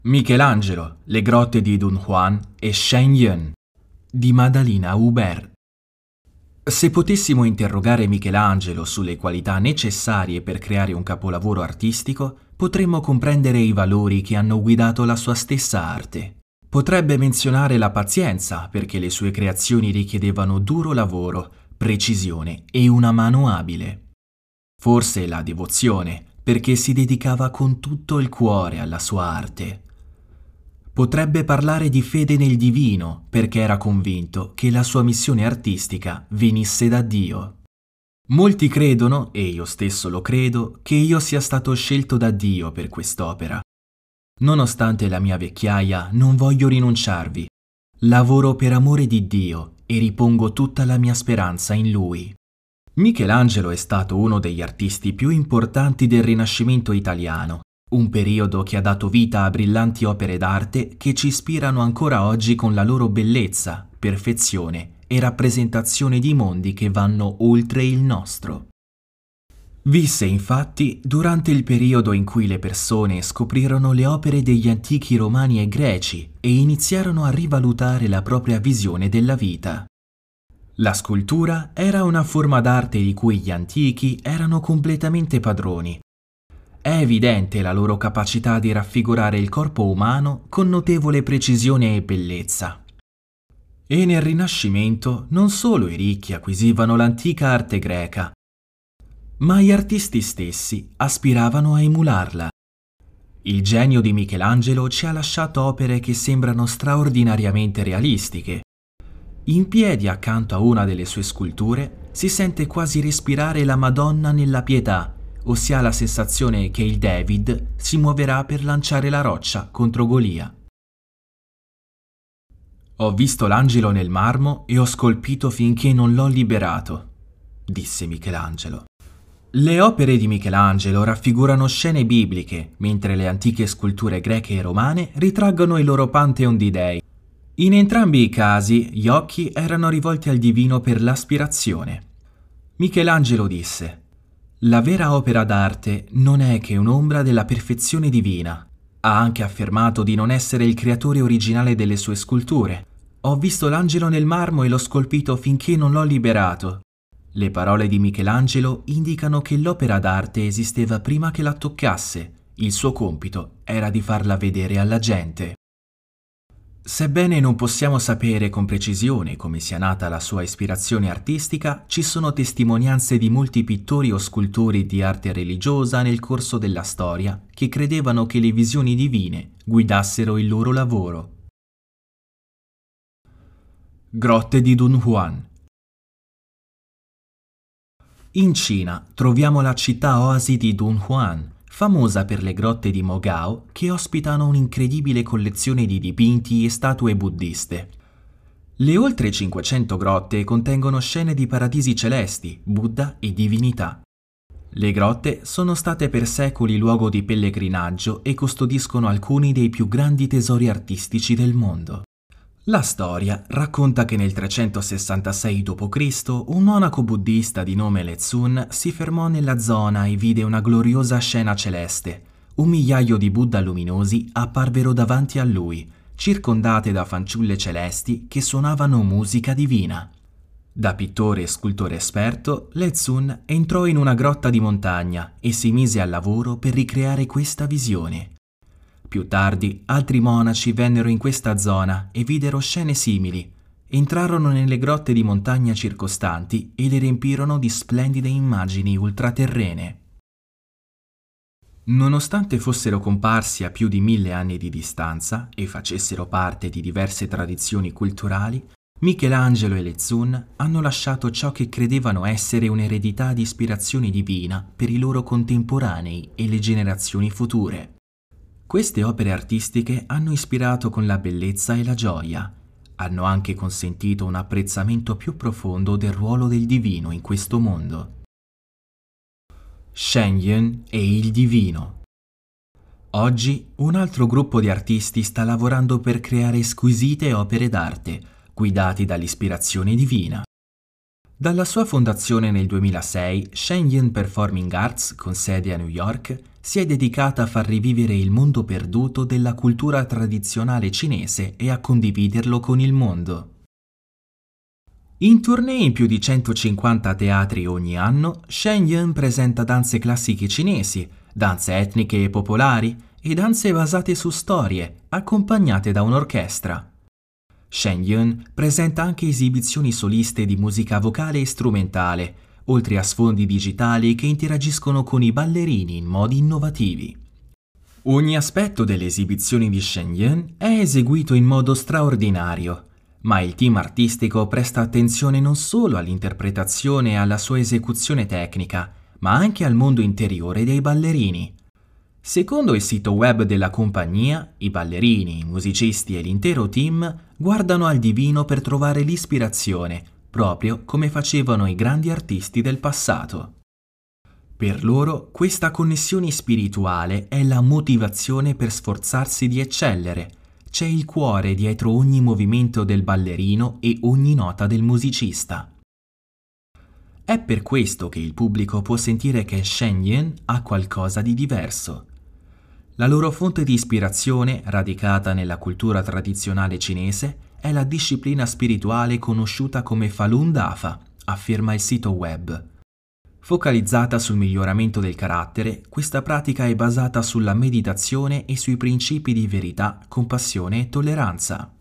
Michelangelo, le grotte di Dunhuan e Shenyang di Madalina Hubert. Se potessimo interrogare Michelangelo sulle qualità necessarie per creare un capolavoro artistico, potremmo comprendere i valori che hanno guidato la sua stessa arte. Potrebbe menzionare la pazienza, perché le sue creazioni richiedevano duro lavoro, precisione e una mano abile. Forse la devozione, perché si dedicava con tutto il cuore alla sua arte. Potrebbe parlare di fede nel divino, perché era convinto che la sua missione artistica venisse da Dio. Molti credono, e io stesso lo credo, che io sia stato scelto da Dio per quest'opera. Nonostante la mia vecchiaia, non voglio rinunciarvi. Lavoro per amore di Dio e ripongo tutta la mia speranza in Lui. Michelangelo è stato uno degli artisti più importanti del Rinascimento italiano, un periodo che ha dato vita a brillanti opere d'arte che ci ispirano ancora oggi con la loro bellezza, perfezione e rappresentazione di mondi che vanno oltre il nostro. Visse infatti durante il periodo in cui le persone scoprirono le opere degli antichi romani e greci e iniziarono a rivalutare la propria visione della vita. La scultura era una forma d'arte di cui gli antichi erano completamente padroni. È evidente la loro capacità di raffigurare il corpo umano con notevole precisione e bellezza. E nel Rinascimento non solo i ricchi acquisivano l'antica arte greca, ma gli artisti stessi aspiravano a emularla. Il genio di Michelangelo ci ha lasciato opere che sembrano straordinariamente realistiche. In piedi accanto a una delle sue sculture si sente quasi respirare la Madonna nella Pietà, o si ha la sensazione che il David si muoverà per lanciare la roccia contro Golia. Ho visto l'angelo nel marmo e ho scolpito finché non l'ho liberato, disse Michelangelo. Le opere di Michelangelo raffigurano scene bibliche, mentre le antiche sculture greche e romane ritraggono i loro pantheon di dei. In entrambi i casi gli occhi erano rivolti al divino per l'aspirazione. Michelangelo disse: «La vera opera d'arte non è che un'ombra della perfezione divina». Ha anche affermato di non essere il creatore originale delle sue sculture. «Ho visto l'angelo nel marmo e l'ho scolpito finché non l'ho liberato». Le parole di Michelangelo indicano che l'opera d'arte esisteva prima che la toccasse. Il suo compito era di farla vedere alla gente. Sebbene non possiamo sapere con precisione come sia nata la sua ispirazione artistica, ci sono testimonianze di molti pittori o scultori di arte religiosa nel corso della storia che credevano che le visioni divine guidassero il loro lavoro. Grotte di Dunhuan. In Cina troviamo la città oasi di Dunhuan, famosa per le grotte di Mogao che ospitano un'incredibile collezione di dipinti e statue buddiste. Le oltre 500 grotte contengono scene di paradisi celesti, Buddha e divinità. Le grotte sono state per secoli luogo di pellegrinaggio e custodiscono alcuni dei più grandi tesori artistici del mondo. La storia racconta che nel 366 d.C. un monaco buddista di nome Lezun si fermò nella zona e vide una gloriosa scena celeste. 1.000.000 di Buddha luminosi apparvero davanti a lui, circondate da fanciulle celesti che suonavano musica divina. Da pittore e scultore esperto, Lezun entrò in una grotta di montagna e si mise al lavoro per ricreare questa visione. Più tardi, altri monaci vennero in questa zona e videro scene simili. Entrarono nelle grotte di montagna circostanti e le riempirono di splendide immagini ultraterrene. Nonostante fossero comparsi a più di 1000 anni di distanza e facessero parte di diverse tradizioni culturali, Michelangelo e Lezun hanno lasciato ciò che credevano essere un'eredità di ispirazione divina per i loro contemporanei e le generazioni future. Queste opere artistiche hanno ispirato con la bellezza e la gioia. Hanno anche consentito un apprezzamento più profondo del ruolo del divino in questo mondo. Shenyang e il divino. Oggi un altro gruppo di artisti sta lavorando per creare squisite opere d'arte, guidati dall'ispirazione divina. Dalla sua fondazione nel 2006, Shenyun Performing Arts, con sede a New York, si è dedicata a far rivivere il mondo perduto della cultura tradizionale cinese e a condividerlo con il mondo. In tournée in più di 150 teatri ogni anno, Shenyun presenta danze classiche cinesi, danze etniche e popolari e danze basate su storie, accompagnate da un'orchestra. Shenyun presenta anche esibizioni soliste di musica vocale e strumentale, oltre a sfondi digitali che interagiscono con i ballerini in modi innovativi. Ogni aspetto delle esibizioni di Shenyun è eseguito in modo straordinario, ma il team artistico presta attenzione non solo all'interpretazione e alla sua esecuzione tecnica, ma anche al mondo interiore dei ballerini. Secondo il sito web della compagnia, i ballerini, i musicisti e l'intero team guardano al divino per trovare l'ispirazione, proprio come facevano i grandi artisti del passato. Per loro, questa connessione spirituale è la motivazione per sforzarsi di eccellere. C'è il cuore dietro ogni movimento del ballerino e ogni nota del musicista. È per questo che il pubblico può sentire che Shenyun ha qualcosa di diverso. La loro fonte di ispirazione, radicata nella cultura tradizionale cinese, è la disciplina spirituale conosciuta come Falun Dafa, afferma il sito web. Focalizzata sul miglioramento del carattere, questa pratica è basata sulla meditazione e sui principi di verità, compassione e tolleranza.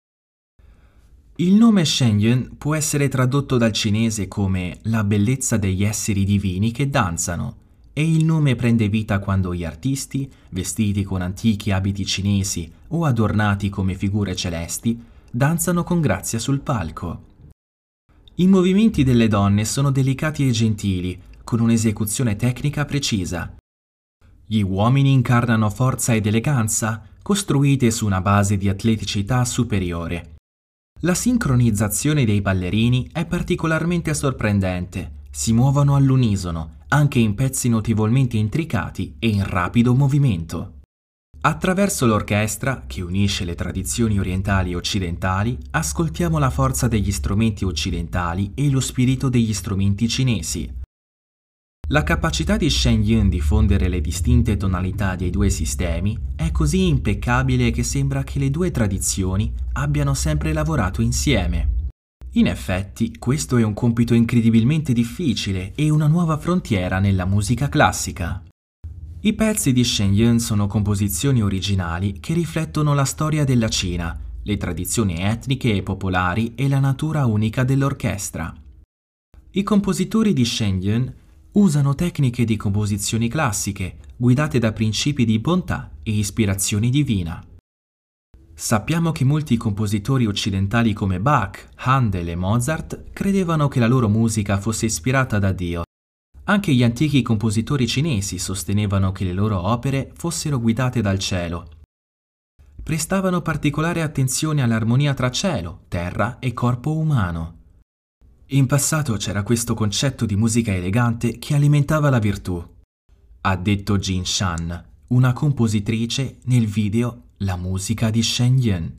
Il nome Shenyun può essere tradotto dal cinese come la bellezza degli esseri divini che danzano, e il nome prende vita quando gli artisti, vestiti con antichi abiti cinesi o adornati come figure celesti, danzano con grazia sul palco. I movimenti delle donne sono delicati e gentili, con un'esecuzione tecnica precisa. Gli uomini incarnano forza ed eleganza, costruite su una base di atleticità superiore. La sincronizzazione dei ballerini è particolarmente sorprendente. Si muovono all'unisono, anche in pezzi notevolmente intricati e in rapido movimento. Attraverso l'orchestra, che unisce le tradizioni orientali e occidentali, ascoltiamo la forza degli strumenti occidentali e lo spirito degli strumenti cinesi. La capacità di Shenyun di fondere le distinte tonalità dei due sistemi è così impeccabile che sembra che le due tradizioni abbiano sempre lavorato insieme. In effetti, questo è un compito incredibilmente difficile e una nuova frontiera nella musica classica. I pezzi di Shenyun sono composizioni originali che riflettono la storia della Cina, le tradizioni etniche e popolari e la natura unica dell'orchestra. I compositori di Shenyun usano tecniche di composizioni classiche, guidate da principi di bontà e ispirazione divina. Sappiamo che molti compositori occidentali come Bach, Handel e Mozart credevano che la loro musica fosse ispirata da Dio. Anche gli antichi compositori cinesi sostenevano che le loro opere fossero guidate dal cielo. Prestavano particolare attenzione all'armonia tra cielo, terra e corpo umano. In passato c'era questo concetto di musica elegante che alimentava la virtù, ha detto Jin Shan, una compositrice nel video La musica di Shenyun.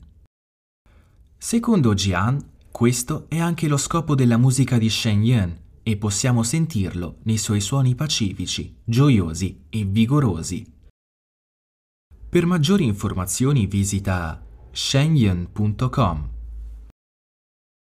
Secondo Jian, questo è anche lo scopo della musica di Shenyun e possiamo sentirlo nei suoi suoni pacifici, gioiosi e vigorosi. Per maggiori informazioni visita shenyun.com.